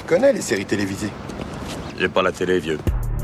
connais les séries télévisées. J'ai pas la télé, vieux.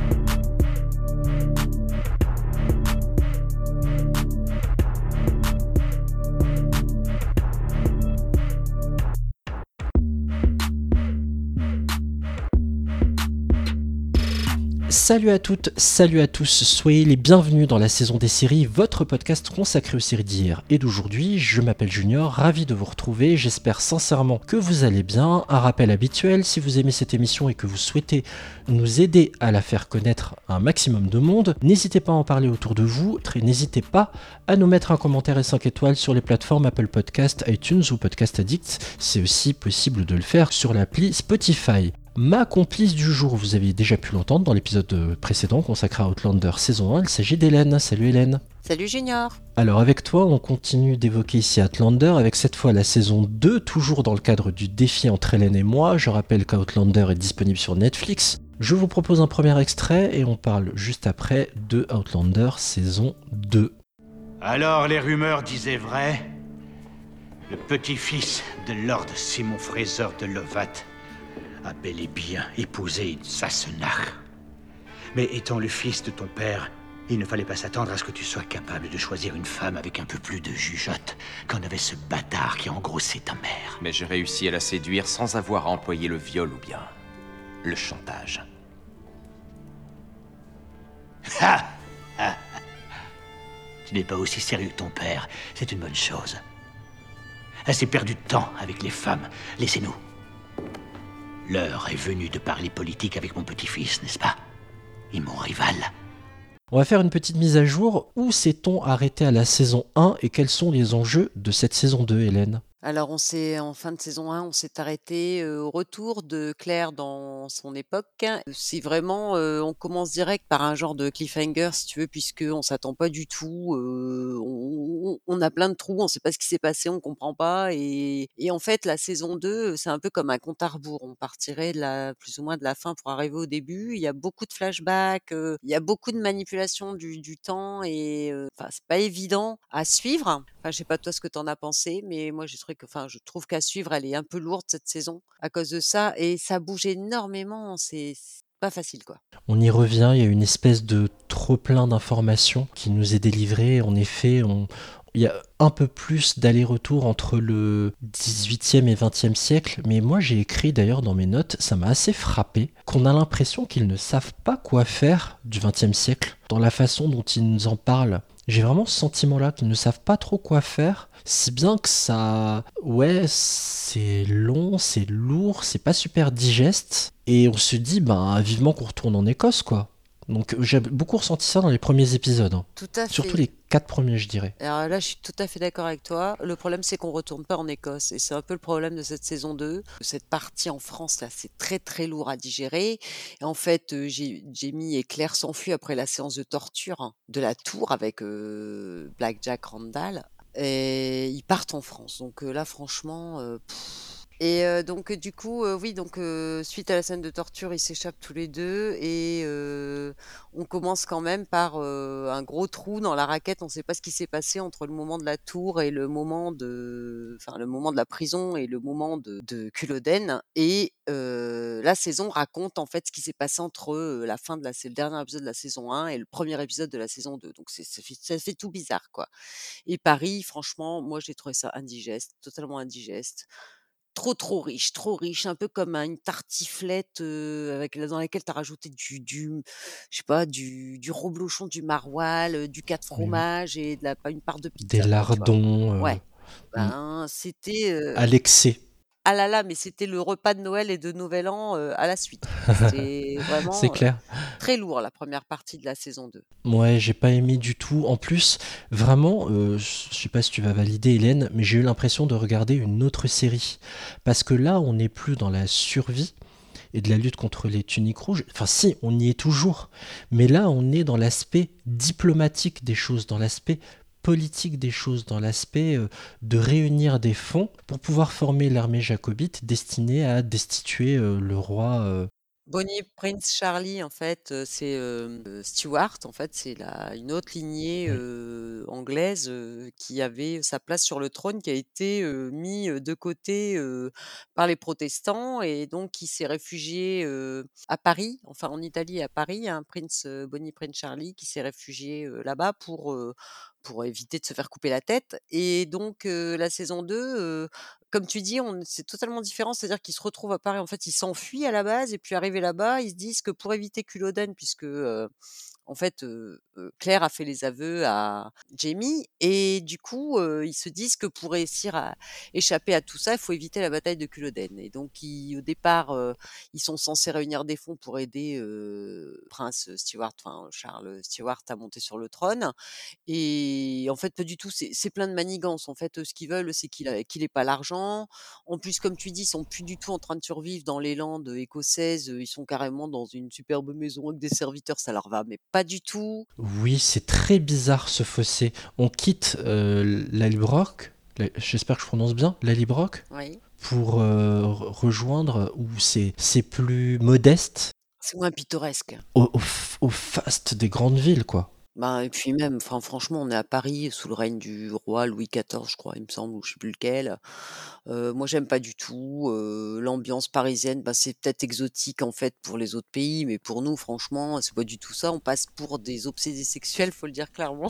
Salut à toutes, salut à tous, soyez les bienvenus dans la saison des séries, votre podcast consacré aux séries d'hier et d'aujourd'hui. Je m'appelle Junior, ravi de vous retrouver, j'espère sincèrement que vous allez bien. Un rappel habituel, si vous aimez cette émission et que vous souhaitez nous aider à la faire connaître à un maximum de monde, n'hésitez pas à en parler autour de vous, et n'hésitez pas à nous mettre un commentaire et 5 étoiles sur les plateformes Apple Podcast, iTunes ou Podcast Addict. C'est aussi possible de le faire sur l'appli Spotify. Ma complice du jour, vous aviez déjà pu l'entendre dans l'épisode précédent consacré à Outlander saison 1, il s'agit d'Hélène. Salut Hélène. Salut Junior. Alors avec toi, on continue d'évoquer ici Outlander avec cette fois la saison 2, toujours dans le cadre du défi entre Hélène et moi. Je rappelle qu'Outlander est disponible sur Netflix. Je vous propose un premier extrait et on parle juste après de Outlander saison 2. Alors les rumeurs disaient vrai. Le petit-fils de Lord Simon Fraser de Lovat a bel et bien épousé une Sassenach. Mais étant le fils de ton père, il ne fallait pas s'attendre à ce que tu sois capable de choisir une femme avec un peu plus de jugeote qu'en avait ce bâtard qui a engrossé ta mère. Mais j'ai réussi à la séduire sans avoir à employer le viol ou bien le chantage. Ha! Ha! Tu n'es pas aussi sérieux que ton père, c'est une bonne chose. Assez perdu de temps avec les femmes, laissez-nous. L'heure est venue de parler politique avec mon petit-fils, n'est-ce pas? Et mon rival. On va faire une petite mise à jour. Où s'est-on arrêté à la saison 1 et quels sont les enjeux de cette saison 2, Hélène? Alors, en fin de saison 1, on s'est arrêté au retour de Claire dans son époque. C'est vraiment, on commence direct par un genre de cliffhanger, si tu veux, puisqu'on s'attend pas du tout. On a plein de trous, on sait pas ce qui s'est passé, on comprend pas. Et en fait, la saison 2, c'est un peu comme un compte à rebours. On partirait plus ou moins de la fin pour arriver au début. Il y a beaucoup de flashbacks, il y a beaucoup de manipulation du temps et enfin, c'est pas évident à suivre. Enfin, je sais pas toi ce que t'en as pensé, mais moi je trouve qu'à suivre, elle est un peu lourde cette saison à cause de ça et ça bouge énormément. C'est pas facile, quoi. On y revient, il y a une espèce de trop-plein d'informations qui nous est délivré. En effet, il y a un peu plus d'aller-retour entre le 18e et 20e siècle, mais moi j'ai écrit d'ailleurs dans mes notes, ça m'a assez frappé, qu'on a l'impression qu'ils ne savent pas quoi faire du 20e siècle, dans la façon dont ils nous en parlent. J'ai vraiment ce sentiment-là qu'ils ne savent pas trop quoi faire, si bien que ça... Ouais, c'est long, c'est lourd, c'est pas super digeste, et on se dit, vivement qu'on retourne en Écosse, quoi. Donc j'ai beaucoup ressenti ça dans les premiers épisodes, hein. Tout à fait. Surtout les 4 premiers, je dirais. Alors là, je suis tout à fait d'accord avec toi. Le problème, c'est qu'on retourne pas en Écosse. Et c'est un peu le problème de cette saison 2. Cette partie en France, là, c'est très, très lourd à digérer. Et en fait, Jamie et Claire s'enfuient après la séance de torture de la tour avec Black Jack Randall. Et ils partent en France. Donc là, franchement... Et donc du coup, oui, donc suite à la scène de torture, ils s'échappent tous les deux et on commence quand même par un gros trou dans la raquette. On ne sait pas ce qui s'est passé entre le moment de la tour et le moment de la prison et le moment de Culloden. Et la saison raconte en fait ce qui s'est passé entre c'est le dernier épisode de la saison 1 et le premier épisode de la saison 2. Donc ça fait tout bizarre, quoi. Et Paris, franchement, moi j'ai trouvé ça indigeste, totalement indigeste. Trop riche, un peu comme une tartiflette, dans laquelle tu as rajouté je sais pas, du reblochon, du maroilles, du 4 Oui. fromages et une part de Des pizza, quoi, tu vois? lardons, Ouais, mm, c'était, à l'excès. ah là là, mais c'était le repas de Noël et de Nouvel An, à la suite, quoi. C'était C'est vraiment, clair. très lourd la première partie de la saison 2. Ouais, j'ai pas aimé du tout. En plus, vraiment, je sais pas si tu vas valider, Hélène, mais j'ai eu l'impression de regarder une autre série. Parce que là, on n'est plus dans la survie et de la lutte contre les tuniques rouges. Enfin, si, on y est toujours. Mais là, on est dans l'aspect diplomatique des choses, dans l'aspect politique des choses, dans l'aspect de réunir des fonds pour pouvoir former l'armée jacobite destinée à destituer le roi Bonnie Prince Charlie, en fait, c'est, Stewart, en fait, c'est la une autre lignée, Oui. anglaise, qui avait sa place sur le trône, qui a été, mis, de côté, par les protestants et donc qui s'est réfugié, à Paris, enfin en Italie et à Paris, un prince, Bonnie Prince Charlie qui s'est réfugié, là-bas pour éviter de se faire couper la tête et donc la saison 2, comme tu dis, on c'est totalement différent, c'est-à-dire qu'ils se retrouvent à Paris, en fait, ils s'enfuient à la base et puis arrivés là-bas, ils se disent que pour éviter Culloden puisque, en fait, Claire a fait les aveux à Jamie et du coup, ils se disent que pour réussir à échapper à tout ça, il faut éviter la bataille de Culloden et donc au départ, ils sont censés réunir des fonds pour aider, Prince Stewart, enfin Charles Stewart à monter sur le trône et en fait, pas du tout, c'est plein de manigances. En fait, ce qu'ils veulent, c'est qu'il ait pas l'argent. En plus, comme tu dis, ils sont plus du tout en train de survivre dans les Landes écossaises, ils sont carrément dans une superbe maison avec des serviteurs, ça leur va, mais pas du tout. Oui, c'est très bizarre ce fossé. On quitte Lallybroch, j'espère que je prononce bien, Lallybroch, Oui, pour rejoindre où c'est plus modeste c'est moins pittoresque. au faste des grandes villes, quoi. Ben et puis même, enfin franchement, on est à Paris sous le règne du roi Louis XIV, je crois, il me semble, ou je sais plus lequel. Moi, j'aime pas du tout, l'ambiance parisienne, bah, c'est peut-être exotique, en fait, pour les autres pays, mais pour nous, franchement, c'est pas du tout ça. On passe pour des obsédés sexuels, faut le dire clairement.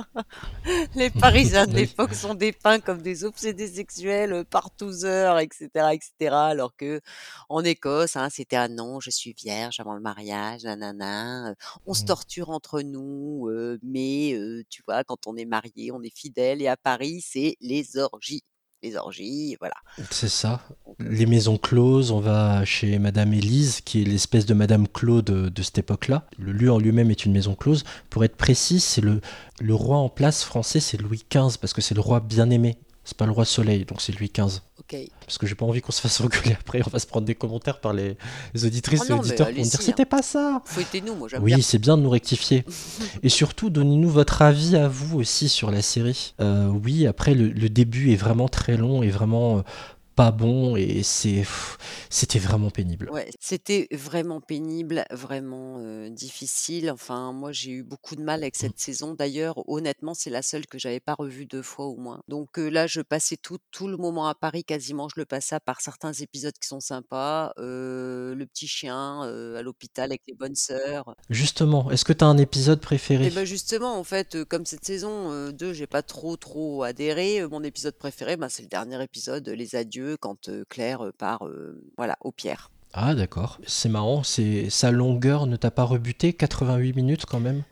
Les Parisiens de Oui. l'époque sont dépeints comme des obsédés sexuels, partouzeurs et cetera, alors qu'en Écosse, hein, c'était: «Ah non, je suis vierge avant le mariage, nanana, on se torture entre nous, mais tu vois, quand on est mariés, on est fidèles» et à Paris, c'est les orgies. Les orgies, voilà. C'est ça. Donc Les maisons closes, on va chez Madame Élise, qui est l'espèce de Madame Claude de cette époque-là. Le lieu en lui-même est une maison close. Pour être précis, c'est le roi en place français, c'est Louis XV, parce que c'est le roi bien-aimé. C'est pas le roi Soleil, donc c'est Louis XV. OK. Parce que j'ai pas envie qu'on se fasse reculer après, on va se prendre des commentaires par les Oh auditrices et non, mais auditeurs qui vont dire allez-y, hein. c'était pas ça. Fouettez-nous, moi j'aime bien. Oui, c'est bien de nous rectifier. Et surtout, donnez-nous votre avis à vous aussi sur la série. Oui, après, le début est vraiment très long et vraiment pas bon et c'était vraiment pénible. Ouais, c'était vraiment pénible, vraiment, difficile. Enfin, moi, j'ai eu beaucoup de mal avec Mm. cette saison. D'ailleurs, honnêtement, c'est la seule que j'avais pas revue 2 fois au moins. Donc, là, je passais tout le moment à Paris quasiment, je le passais à part certains épisodes qui sont sympas, le petit chien, à l'hôpital avec les bonnes sœurs. Justement, est-ce que tu as un épisode Et préféré? ben justement, en fait, comme cette saison, 2, j'ai pas trop adhéré, mon épisode préféré, ben, c'est le dernier épisode, les adieux quand, Claire, part, voilà, aux pierres. Ah d'accord, c'est marrant, sa longueur ne t'a pas rebuté, 88 minutes quand même.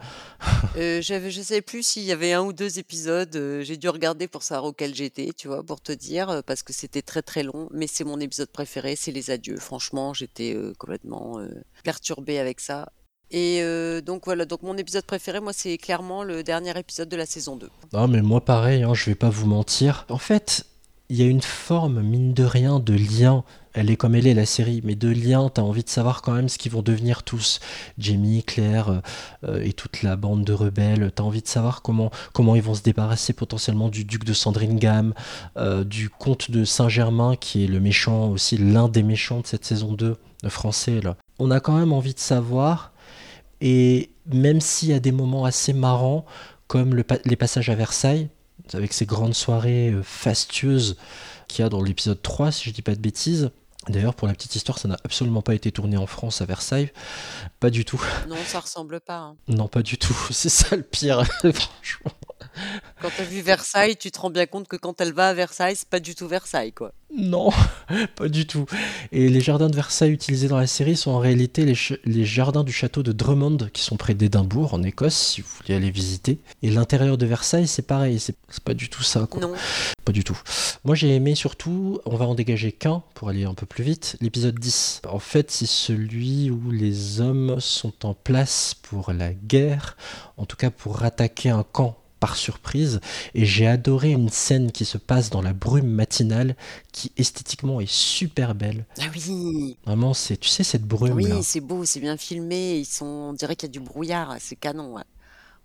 Je sais plus s'il y avait un ou 2 épisodes, j'ai dû regarder pour savoir auquel j'étais, tu vois? Pour te dire, parce que c'était très long, mais c'est mon épisode préféré, c'est les adieux. Franchement, j'étais, complètement, perturbée avec ça et donc voilà, donc mon épisode préféré, moi, c'est clairement le dernier épisode de la saison 2. Non mais moi pareil, hein, je vais pas vous mentir. En fait, il y a une forme, mine de rien, de lien. Elle est comme elle est la série, mais de lien, t'as envie de savoir quand même ce qu'ils vont devenir tous. Jamie, Claire et toute la bande de rebelles. T'as envie de savoir comment ils vont se débarrasser potentiellement du duc de Sandringham, du comte de Saint-Germain, qui est le méchant aussi, l'un des méchants de cette saison 2, le français là. On a quand même envie de savoir, et même s'il y a des moments assez marrants, comme les passages à Versailles, avec ces grandes soirées fastueuses qu'il y a dans l'épisode 3, si je dis pas de bêtises. D'ailleurs, pour la petite histoire, ça n'a absolument pas été tourné en France à Versailles. Pas du tout. Non, ça ressemble pas, hein. Non, pas du tout. C'est ça le pire. Franchement. Quand tu as vu Versailles, tu te rends bien compte que quand elle va à Versailles, c'est pas du tout Versailles, quoi. Non, pas du tout. Et les jardins de Versailles utilisés dans la série sont en réalité les jardins du château de Drummond, qui sont près d'Édimbourg, en Écosse, si vous voulez aller visiter. Et l'intérieur de Versailles, c'est pareil, c'est pas du tout ça, quoi. Non. Pas du tout. Moi, j'ai aimé surtout, on va en dégager qu'un pour aller un peu plus vite, l'épisode 10. En fait, c'est celui où les hommes sont en place pour la guerre, en tout cas pour attaquer un camp par surprise, et j'ai adoré une scène qui se passe dans la brume matinale qui esthétiquement est super belle. Ah oui! Vraiment, tu sais, cette brume là. Oui, c'est beau, c'est bien filmé, on dirait qu'il y a du brouillard, c'est canon, ouais.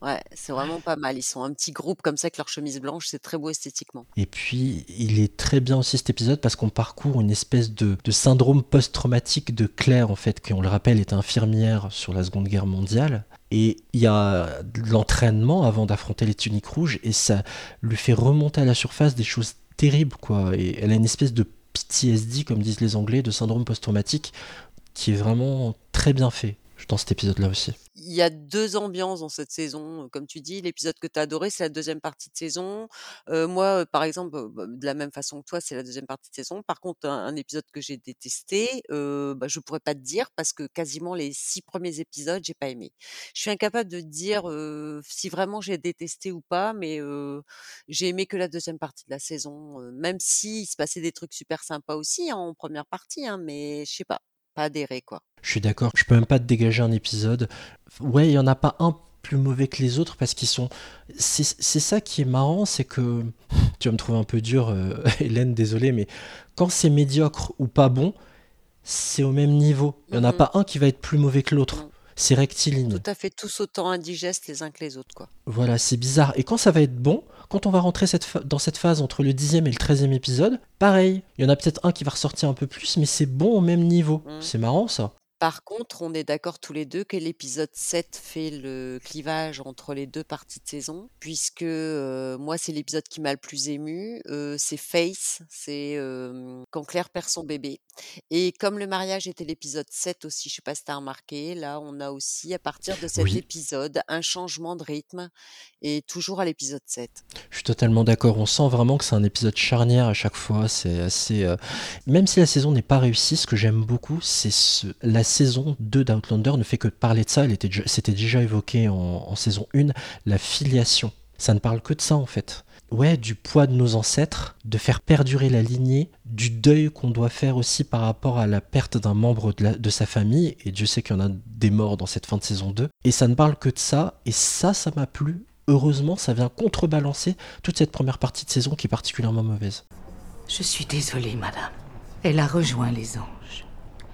Ouais, c'est vraiment pas mal. Ils sont un petit groupe comme ça avec leurs chemises blanches, c'est très beau esthétiquement. Et puis, il est très bien aussi cet épisode parce qu'on parcourt une espèce de syndrome post-traumatique de Claire, en fait, qui, on le rappelle, est infirmière sur la Seconde Guerre mondiale. Et il y a de l'entraînement avant d'affronter les tuniques rouges et ça lui fait remonter à la surface des choses terribles, quoi. Et elle a une espèce de PTSD, comme disent les Anglais, de syndrome post-traumatique qui est vraiment très bien fait dans cet épisode-là aussi. Il y a 2 ambiances dans cette saison, comme tu dis. L'épisode que tu as adoré, c'est la deuxième partie de saison. Moi, par exemple, de la même façon que toi, c'est la deuxième partie de saison. Par contre, un épisode que j'ai détesté, je pourrais pas te dire parce que quasiment les 6 premiers épisodes, j'ai pas aimé. Je suis incapable de te dire, si vraiment j'ai détesté ou pas, mais j'ai aimé que la deuxième partie de la saison, même s'il se passait des trucs super sympas aussi, hein, en première partie, hein, mais je sais pas adhéré, quoi. Je suis d'accord, je peux même pas te dégager un épisode. Ouais, il y en a pas un plus mauvais que les autres parce qu'ils sont. C'est ça qui est marrant, c'est que. Tu vas me trouver un peu dur, Hélène, désolé, mais quand c'est médiocre ou pas bon, c'est au même niveau. Il y en a Mmh. pas un qui va être plus mauvais que l'autre. Non. C'est rectiligne. Tout à fait, tous autant indigestes les uns que les autres, quoi. Voilà, c'est bizarre. Et quand ça va être bon, quand on va rentrer dans cette phase entre le 10e et le 13e épisode, pareil. Il y en a peut-être un qui va ressortir un peu plus, mais c'est bon au même niveau. Mmh. C'est marrant ça. Par contre, on est d'accord tous les 2 que l'épisode 7 fait le clivage entre les 2 parties de saison puisque, moi, c'est l'épisode qui m'a le plus émue, c'est Face, c'est, quand Claire perd son bébé et comme le mariage était l'épisode 7 aussi, je sais pas si tu as remarqué, là, on a aussi à partir de cet Oui, épisode un changement de rythme et toujours à l'épisode 7. je suis totalement d'accord. On sent vraiment que c'est un épisode charnière à chaque fois. C'est assez. Même si la saison n'est pas réussie, ce que j'aime beaucoup, c'est la saison 2 d'Outlander ne fait que parler de ça. C'était déjà évoqué en saison 1, la filiation. Ça ne parle que de ça en fait. Ouais, du poids de nos ancêtres, de faire perdurer la lignée, du deuil qu'on doit faire aussi par rapport à la perte d'un membre de sa famille, et Dieu sait qu'il y en a des morts dans cette fin de saison 2, et ça ne parle que de ça, et ça m'a plu. Heureusement, ça vient contrebalancer toute cette première partie de saison qui est particulièrement mauvaise. Je suis désolée, madame. Elle a rejoint les anges.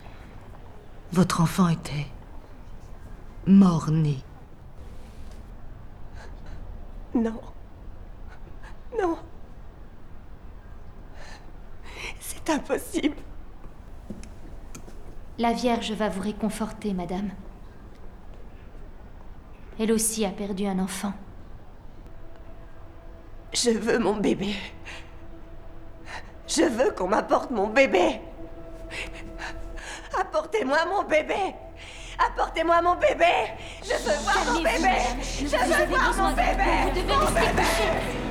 Votre enfant était mort-né. Non. Non. C'est impossible. La Vierge va vous réconforter, madame. Elle aussi a perdu un enfant. Je veux mon bébé. Je veux qu'on m'apporte mon bébé. Apportez-moi mon bébé. Apportez-moi mon bébé. Je veux voir mon Calmez-vous, bébé. madame. Je Vous veux avez voir besoin mon de repos. bébé. Vous devez Mon rester bébé. couché.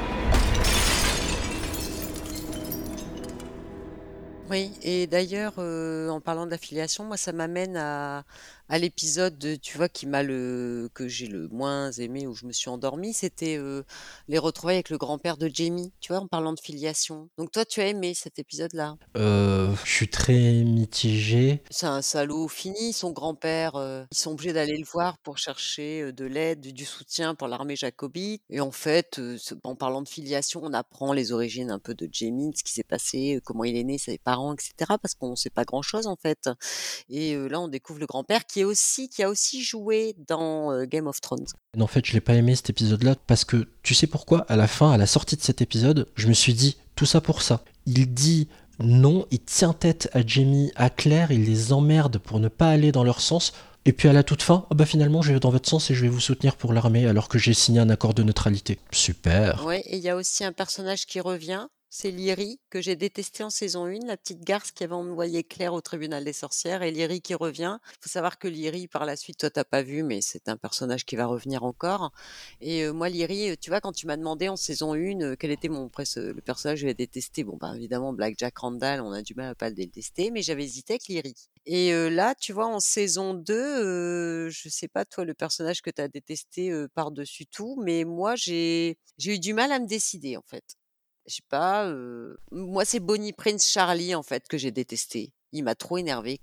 Oui et d'ailleurs, en parlant d'affiliation, moi ça m'amène à l'épisode, tu vois, que j'ai le moins aimé, où je me suis endormie, c'était, les retrouvailles avec le grand-père de Jamie, tu vois, en parlant de filiation. Donc toi, tu as aimé cet épisode-là? Je suis très mitigé. C'est un salaud fini, son grand-père, ils sont obligés d'aller le voir pour chercher, de l'aide, du soutien pour l'armée jacobite et en fait, en parlant de filiation, on apprend les origines un peu de Jamie, de ce qui s'est passé, comment il est né, ses parents et cetera, parce qu'on sait pas grand-chose en fait et là, on découvre le grand-père qui a aussi joué dans, Game of Thrones. En fait, je l'ai pas aimé cet épisode-là parce que tu sais pourquoi? À la fin, à la sortie de cet épisode, je me suis dit tout ça pour ça. Il dit non, il tient tête à Jamie, à Claire, il les emmerde pour ne pas aller dans leur sens. Et puis à la toute fin, ah bah finalement je vais dans votre sens et je vais vous soutenir pour l'armée alors que j'ai signé un accord de neutralité. Super. Ouais et il y a aussi un personnage qui revient, c'est Lyrie, que j'ai détesté en saison 1, la petite garce qui avait envoyé Claire au tribunal des sorcières et Lyrie qui revient. Faut savoir que Lyrie, par la suite, toi t'as pas vu, mais c'est un personnage qui va revenir encore. Et moi, Lyrie, tu vois, quand tu m'as demandé en saison 1 quel était le personnage que j'avais détesté, bon, bah évidemment, Black Jack Randall, on a du mal à pas le détester, mais j'avais hésité avec Lyrie. Et là, tu vois, en saison 2, je sais pas toi le personnage que tu as détesté, par-dessus tout, mais moi j'ai eu du mal à me décider en fait. Je sais pas, moi c'est Bonnie Prince Charlie en fait que j'ai détesté. Il m'a trop énervé quoi.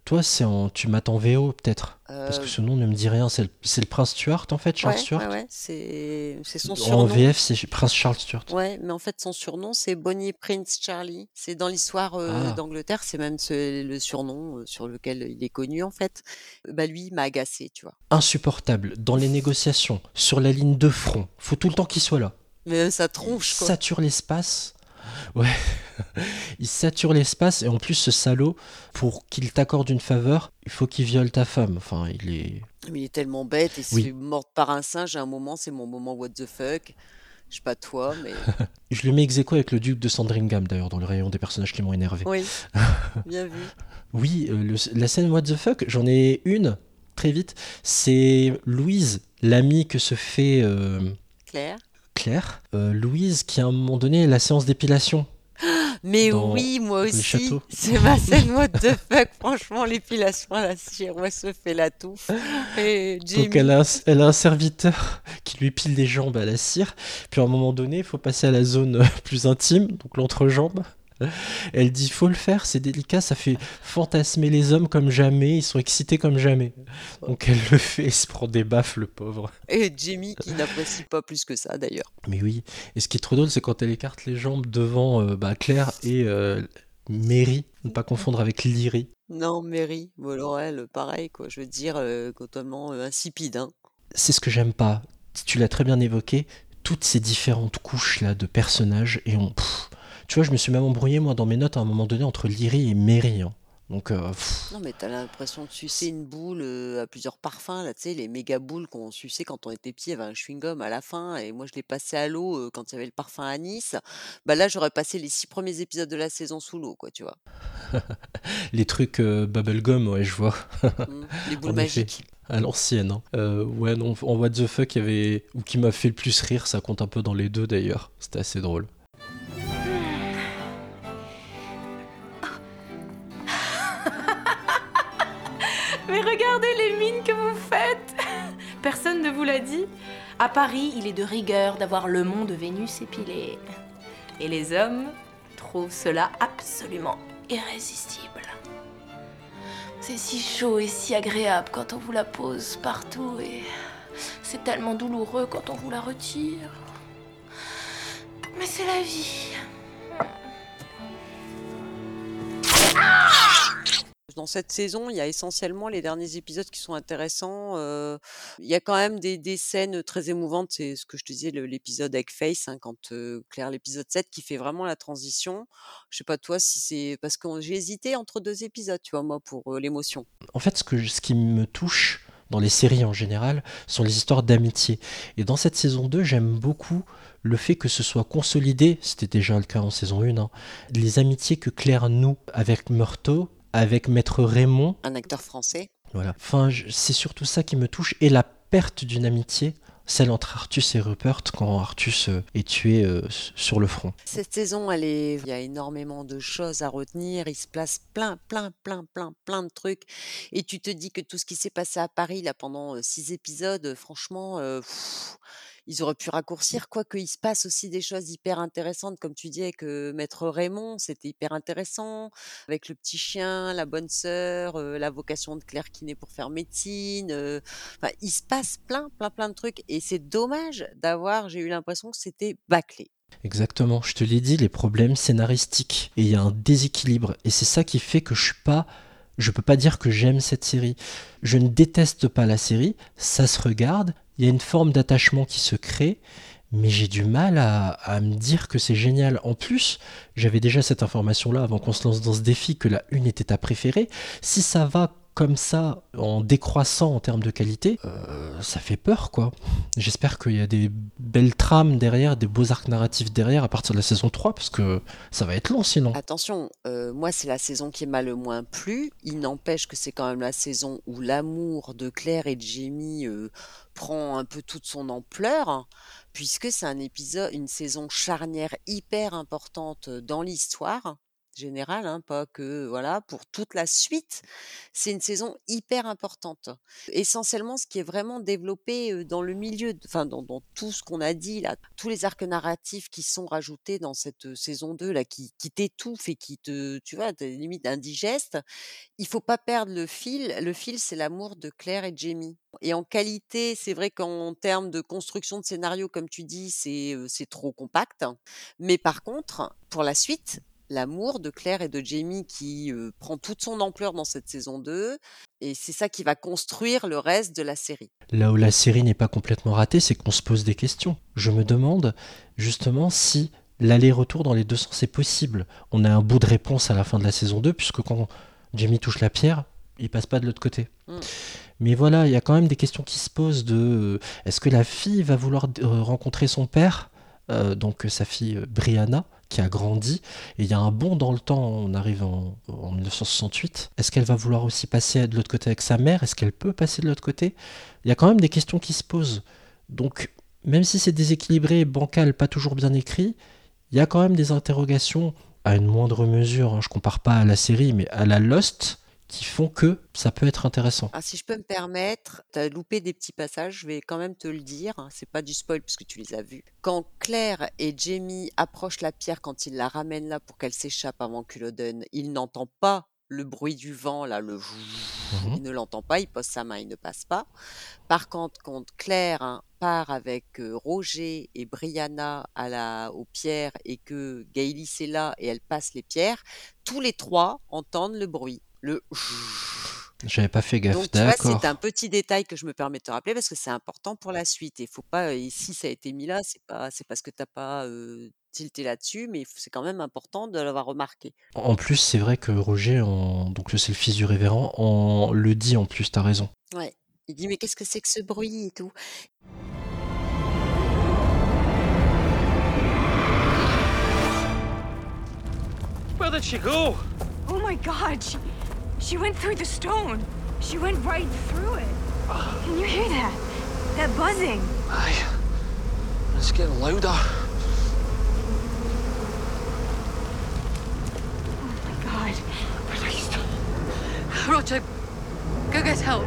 Toi, tu mates en VO peut-être? Parce que ce nom ne me dit rien. C'est le prince Stuart en fait, Charles Ouais, Stuart? ouais, ouais, c'est son En surnom. VF, c'est Prince Charles Stuart. Ouais, mais en fait, son surnom, c'est Bonnie Prince Charlie. C'est dans l'histoire Ah, d'Angleterre, c'est même le surnom sur lequel il est connu, en fait. Bah, lui, il m'a agacé, tu vois. insupportable. Dans les négociations, sur la ligne de front, faut tout le temps qu'il soit là. Mais sa Il tronche, quoi. sature l'espace. Ouais, il sature l'espace et en plus ce salaud, pour qu'il t'accorde une faveur, il faut qu'il viole ta femme. Enfin, il est... Mais il est tellement bête, il se fait Oui, mordre par un singe. À un moment, c'est mon moment what the fuck. Je sais pas toi, mais je le mets ex aequo avec le duc de Sandringham d'ailleurs dans le rayon des personnages qui m'ont énervé. oui, bien vu. Oui, la scène what the fuck, j'en ai une très vite. C'est Louise, l'amie que se fait Claire. Claire. Louise qui à un moment donné la séance d'épilation Mais dans oui, moi les aussi, châteaux. c'est ma scène what the fuck. Franchement, l'épilation à la cire, moi, se fait la touffe. Et Donc Jamie. elle a un serviteur qui lui pile les jambes à la cire. Puis à un moment donné, il faut passer à la zone plus intime, donc l'entrejambe. Elle dit faut le faire, c'est délicat, ça fait fantasmer les hommes comme jamais, ils sont excités comme jamais. Donc elle le fait, il se prend des baffes le pauvre. Et Jamie qui n'apprécie pas plus que ça d'ailleurs. Mais oui, et ce qui est trop drôle, c'est quand elle écarte les jambes devant Claire et Mary, ne pas confondre avec Lyrie. Non, Mary, bon, alors elle, pareil, quoi. Je veux dire, totalement insipide, hein. C'est ce que j'aime pas, tu l'as très bien évoqué, toutes ces différentes couches là de personnages, et tu vois, je me suis même embrouillé moi dans mes notes à un moment donné entre Lyrie et Mary. Hein. Donc, Non, mais t'as l'impression de sucer une boule à plusieurs parfums, là, tu sais, les méga boules qu'on suçait quand on était petit, il y avait un chewing-gum à la fin, et moi je l'ai passé à l'eau quand il y avait le parfum anis. Bah là, j'aurais passé les 6 premiers épisodes de la saison sous l'eau, quoi, tu vois. les trucs bubblegum, ouais, je vois. Les boules En effet, magiques. à l'ancienne. Hein. Ouais, non, en What the fuck, il y avait. Ou qui m'a fait le plus rire, ça compte un peu dans les deux d'ailleurs. C'était assez drôle. Mais regardez les mines que vous faites. Personne ne vous l'a dit. À Paris, il est de rigueur d'avoir le mont de Vénus épilé. Et les hommes trouvent cela absolument irrésistible. C'est si chaud et si agréable quand on vous la pose partout et c'est tellement douloureux quand on vous la retire. Mais c'est la vie. Dans cette saison, il y a essentiellement les derniers épisodes qui sont intéressants. Il y a quand même des scènes très émouvantes. C'est ce que je te disais, l'épisode avec Face, hein, quand Claire, l'épisode 7, qui fait vraiment la transition. Je sais pas toi si c'est parce que j'ai hésité entre 2 épisodes, tu vois, moi, pour l'émotion. En fait, ce qui me touche dans les séries en général sont les histoires d'amitié. Et dans cette saison 2, j'aime beaucoup le fait que ce soit consolidé, c'était déjà le cas en saison 1, hein, les amitiés que Claire noue avec Meurtho, avec Maître Raymond. Un acteur français. Voilà. Enfin, c'est surtout ça qui me touche. Et la perte d'une amitié, celle entre Artus et Rupert, quand Artus est tué sur le front. Cette saison, il y a énormément de choses à retenir. Il se place plein de trucs. Et tu te dis que tout ce qui s'est passé à Paris là pendant 6 épisodes, franchement, ils auraient pu raccourcir. Quoique il se passe aussi des choses hyper intéressantes, comme tu dis avec Maître Raymond, c'était hyper intéressant. Avec le petit chien, la bonne sœur, la vocation de Claire qui naît pour faire médecine. Enfin, il se passe plein de trucs. Et c'est dommage j'ai eu l'impression que c'était bâclé. Exactement, je te l'ai dit, les problèmes scénaristiques. Et il y a un déséquilibre. Et c'est ça qui fait que je peux pas dire que j'aime cette série. Je ne déteste pas la série, ça se regarde, il y a une forme d'attachement qui se crée, mais j'ai du mal à me dire que c'est génial. En plus, j'avais déjà cette information-là avant qu'on se lance dans ce défi, que la une était ta préférée. Si ça va comme ça, en décroissant en termes de qualité, ça fait peur, quoi. J'espère qu'il y a des belles trames derrière, des beaux arcs narratifs derrière à partir de la saison 3, parce que ça va être long sinon. Attention, moi c'est la saison qui m'a le moins plu. Il n'empêche que c'est quand même la saison où l'amour de Claire et de Jamie prend un peu toute son ampleur, puisque c'est une saison charnière hyper importante dans l'histoire. générale, hein, pas que voilà, pour toute la suite, c'est une saison hyper importante. Essentiellement, ce qui est vraiment développé, dans le milieu, enfin dans tout ce qu'on a dit là, tous les arcs narratifs qui sont rajoutés dans cette, saison 2 là, qui t'étouffent et qui te tu vois, tu limite indigeste. Il faut pas perdre le fil. Le fil, c'est l'amour de Claire et Jamie et en qualité, c'est vrai qu'en termes de construction de scénario, comme tu dis, c'est trop compact. Mais par contre, pour la suite, l'amour de Claire et de Jamie qui, prend toute son ampleur dans cette saison 2 et c'est ça qui va construire le reste de la série. Là où la série n'est pas complètement ratée, c'est qu'on se pose des questions. Je me demande justement si l'aller-retour dans les deux sens est possible. On a un bout de réponse à la fin de la saison 2, puisque quand Jamie touche la pierre, il passe pas de l'autre côté. Mmh. Mais voilà, il y a quand même des questions qui se posent de est-ce que la fille va vouloir rencontrer son père, donc sa fille Brianna, qui a grandi, et il y a un bond dans le temps, on arrive en 1968. Est-ce qu'elle va vouloir aussi passer de l'autre côté avec sa mère? Est-ce qu'elle peut passer de l'autre côté? Il y a quand même des questions qui se posent. Donc, même si c'est déséquilibré, bancal, pas toujours bien écrit, il y a quand même des interrogations à une moindre mesure, hein. Je compare pas à la série, mais à la Lost, qui font que ça peut être intéressant. Ah, si je peux me permettre, tu as loupé des petits passages, je vais quand même te le dire, hein, c'est pas du spoil puisque tu les as vus. Quand Claire et Jamie approchent la pierre, quand ils la ramènent là pour qu'elle s'échappe avant Culloden, il n'entend pas le bruit du vent, là, Mhm. il ne l'entend pas, il pose sa main, il ne passe pas. Par contre, quand Claire hein, part avec Roger et Brianna aux pierres et que Gaëlys est là et elle passe les pierres, tous les trois entendent le bruit. Le J'avais pas fait gaffe, donc tu vois, c'est un d'accord. petit détail que je me permets de te rappeler parce que c'est important pour la suite et faut pas et si ça a été mis là, c'est parce que tu as pas, tilté là-dessus, mais c'est quand même important de l'avoir remarqué. En plus, c'est vrai que Roger, donc c'est le fils du révérend, on le dit en plus, t'as raison. Ouais. Il dit: «Mais qu'est-ce que c'est que ce bruit?» et tout. Where did she go? Oh my god, she went through the stone. She went right through it. Can you hear that? That buzzing. Aye. It's getting louder. Oh my god. Christ. Roger, go get help.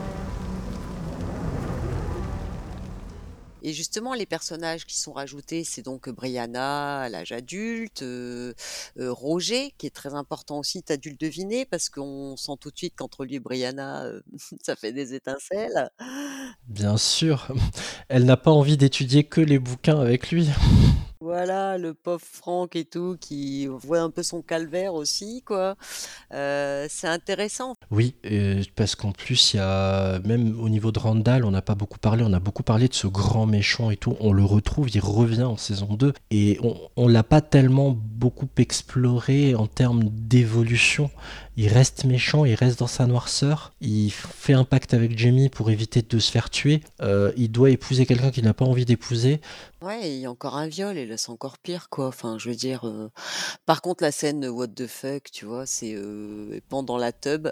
Et justement, les personnages qui sont rajoutés, c'est donc Brianna à l'âge adulte, Roger qui est très important aussi, tu as dû le deviner parce qu'on sent tout de suite qu'entre lui et Brianna, ça fait des étincelles. Bien sûr, elle n'a pas envie d'étudier que les bouquins avec lui. Voilà, le pauvre Franck et tout qui voit un peu son calvaire aussi, quoi. C'est intéressant. Oui, parce qu'en plus, il y a même au niveau de Randall, on n'a pas beaucoup parlé, on a beaucoup parlé de ce grand méchant et tout. On le retrouve, il revient en saison 2 et on l'a pas tellement beaucoup exploré en termes d'évolution. Il reste méchant, il reste dans sa noirceur, il fait un pacte avec Jamie pour éviter de se faire tuer. Il doit épouser quelqu'un qu'il n'a pas envie d'épouser. Ouais, il y a encore un viol et là, c'est encore pire, quoi. Enfin, je veux dire, par contre, la scène what the fuck, tu vois, c'est pendant la tub.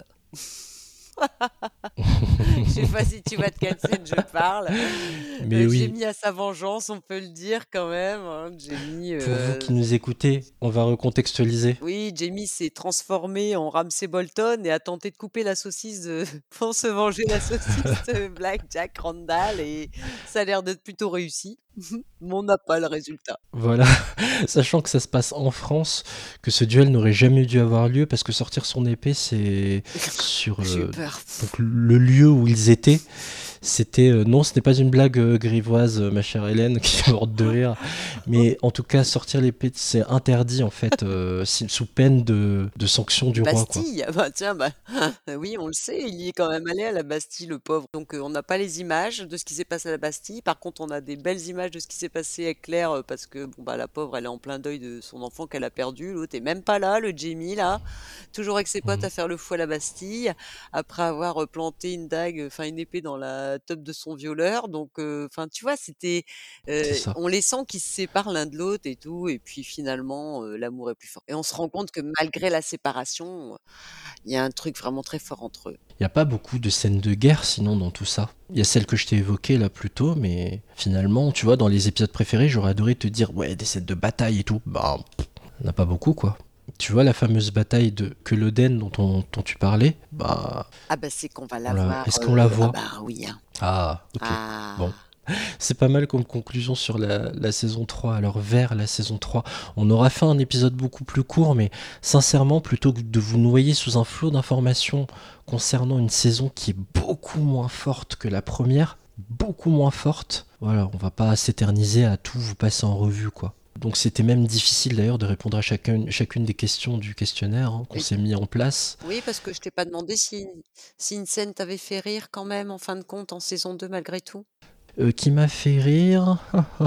Je sais pas si tu vois de quelle scène je parle. Mais oui, Jamie a sa vengeance, on peut le dire quand même, hein. Jamie, pour vous qui nous écoutez, on va recontextualiser. oui, Jamie s'est transformé en Ramsay Bolton et a tenté de couper la saucisse pour se venger la saucisse de Black Jack Randall et ça a l'air d'être plutôt réussi. Mais on n'a pas le résultat. Voilà, sachant que ça se passe en France, que ce duel n'aurait jamais dû avoir lieu parce que sortir son épée, c'est sur J'ai eu peur. donc, le lieu où ils étaient. C'était non, ce n'est pas une blague grivoise, ma chère Hélène, qui est morte de rire. Mais en tout cas, sortir l'épée, c'est interdit en fait, sous peine de sanction du roi, quoi. Bastille, ah bah tiens, bah oui, on le sait, il y est quand même allé à la Bastille, le pauvre. Donc on n'a pas les images de ce qui s'est passé à la Bastille. Par contre, on a des belles images de ce qui s'est passé avec Claire parce que bon bah la pauvre, elle est en plein deuil de son enfant qu'elle a perdu. L'autre est même pas là, le Jamie là, toujours avec ses potes Mhm. à faire le fou à la Bastille après avoir planté une dague, enfin une épée dans la teub de son violeur. Donc enfin tu vois, C'est ça. on les sent qu'ils se séparent l'un de l'autre et tout, et puis finalement l'amour est plus fort. Et on se rend compte que malgré la séparation, il y a un truc vraiment très fort entre eux. Il n'y a pas beaucoup de scènes de guerre sinon dans tout ça. Il y a celle que je t'ai évoquée là plus tôt, mais finalement, tu vois, dans les épisodes préférés, j'aurais adoré te dire, ouais, des scènes de bataille et tout. Bah, on n'a pas beaucoup, quoi. Tu vois la fameuse bataille de Culloden dont tu parlais, c'est qu'on va la voilà. voir. Est-ce qu'on la voit? Oui. Hein. Ah, ok. Bon. C'est pas mal comme conclusion sur la saison 3. Alors vers la saison 3, on aura fait un épisode beaucoup plus court, mais sincèrement, plutôt que de vous noyer sous un flot d'informations concernant une saison qui est beaucoup moins forte que la première, beaucoup moins forte, voilà, on va pas s'éterniser à tout vous passer en revue, quoi. Donc c'était même difficile d'ailleurs de répondre à chacune des questions du questionnaire qu'on s'est mis en place. Oui, parce que je t'ai pas demandé si une scène t'avait fait rire quand même, en fin de compte, en saison 2, malgré tout. Qui m'a fait rire.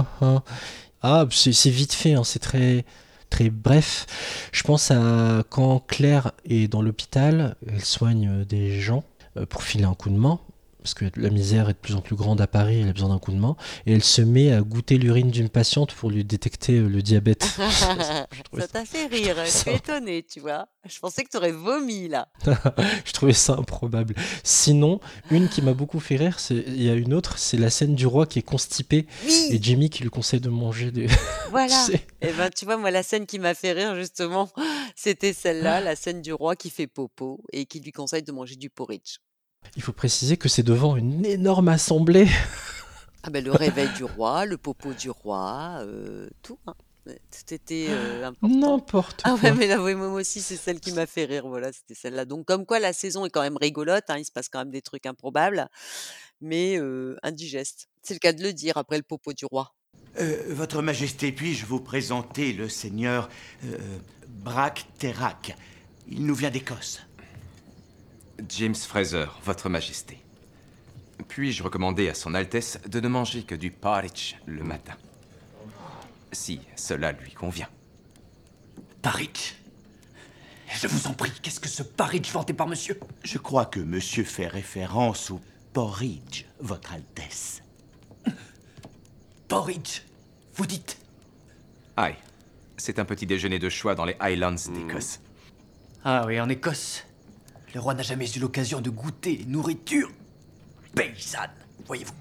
C'est vite fait, hein, c'est très, très bref. Je pense à quand Claire est dans l'hôpital, elle soigne des gens pour filer un coup de main. Parce que la misère est de plus en plus grande à Paris, elle a besoin d'un coup de main. Et elle se met à goûter l'urine d'une patiente pour lui détecter le diabète. Ça t'a fait rire, je suis étonnée, tu vois. Je pensais que t'aurais vomi, là. Je trouvais ça improbable. Sinon, une qui m'a beaucoup fait rire, il y a une autre, c'est la scène du roi qui est constipé. Oui. Et Jamie qui lui conseille de manger des... Voilà. Et tu vois, moi, la scène qui m'a fait rire, justement, c'était celle-là, la scène du roi qui fait popo et qui lui conseille de manger du porridge. Il faut préciser que c'est devant une énorme assemblée. Le réveil du roi, le popo du roi, tout. Hein. Tout était important. N'importe quoi. Ouais, mais là, moi aussi, c'est celle qui m'a fait rire. Voilà, c'était celle-là. Donc, comme quoi, la saison est quand même rigolote. Hein, il se passe quand même des trucs improbables, mais indigestes. C'est le cas de le dire après le popo du roi. Votre Majesté, puis-je vous présenter le seigneur Brack Terrac? Il nous vient d'Écosse. James Fraser, Votre Majesté. Puis-je recommander à Son Altesse de ne manger que du porridge le matin? Si cela lui convient. Porridge? Je vous en prie, qu'est-ce que ce porridge vanté par monsieur? Je crois que monsieur fait référence au porridge, Votre Altesse. Porridge, vous dites? Aïe, c'est un petit déjeuner de choix dans les Highlands d'Écosse. Ah oui, en Écosse. Le roi n'a jamais eu l'occasion de goûter nourriture paysanne, voyez-vous.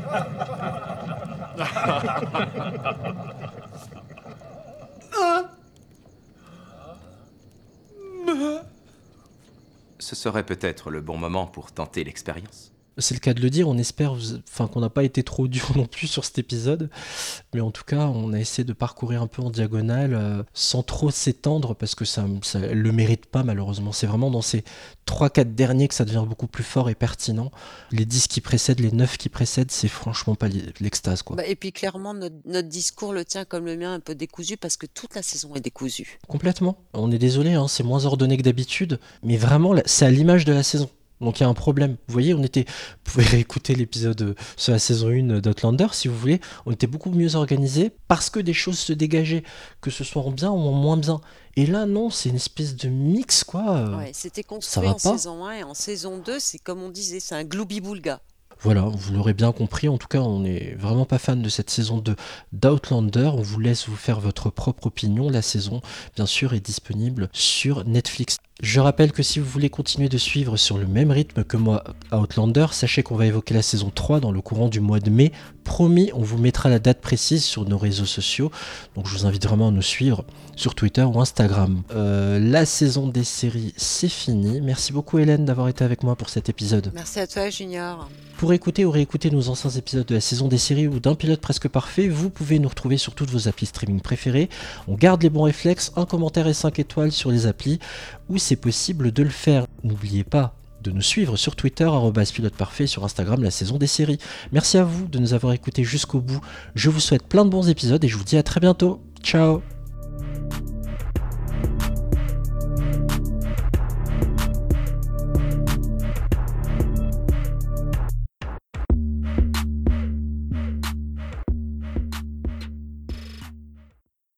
Ce serait peut-être le bon moment pour tenter l'expérience. C'est le cas de le dire, on espère qu'on n'a pas été trop dur non plus sur cet épisode, mais en tout cas on a essayé de parcourir un peu en diagonale sans trop s'étendre parce que ça le mérite pas malheureusement. C'est vraiment dans ces 3-4 derniers que ça devient beaucoup plus fort et pertinent. Les 10 qui précèdent, les 9 qui précèdent, c'est franchement pas l'extase, quoi. Et puis clairement notre discours le tient comme le mien un peu décousu parce que toute la saison est décousue. Complètement. On est désolé, hein, c'est moins ordonné que d'habitude, mais vraiment c'est à l'image de la saison. Donc il y a un problème. Vous voyez, vous pouvez réécouter l'épisode sur la saison 1 d'Outlander si vous voulez. On était beaucoup mieux organisé parce que des choses se dégageaient, que ce soit en bien ou en moins bien. Et là, non, c'est une espèce de mix, quoi. Ouais, c'était construit en saison 1 et en saison 2, c'est comme on disait, c'est un gloubi-boulga. Voilà, vous l'aurez bien compris. En tout cas, on n'est vraiment pas fan de cette saison 2 d'Outlander. On vous laisse vous faire votre propre opinion. La saison, bien sûr, est disponible sur Netflix. Je rappelle que si vous voulez continuer de suivre sur le même rythme que moi Outlander, sachez qu'on va évoquer la saison 3 dans le courant du mois de mai. Promis, on vous mettra la date précise sur nos réseaux sociaux. Donc je vous invite vraiment à nous suivre sur Twitter ou Instagram. La saison des séries, c'est fini. Merci beaucoup Hélène d'avoir été avec moi pour cet épisode. Merci à toi Junior. Pour écouter ou réécouter nos anciens épisodes de la saison des séries ou d'un pilote presque parfait, vous pouvez nous retrouver sur toutes vos applis streaming préférées. On garde les bons réflexes, un commentaire et 5 étoiles sur les applis où c'est possible de le faire. N'oubliez pas de nous suivre sur Twitter, @piloteparfait, sur Instagram, la saison des séries. Merci à vous de nous avoir écoutés jusqu'au bout. Je vous souhaite plein de bons épisodes et je vous dis à très bientôt. Ciao.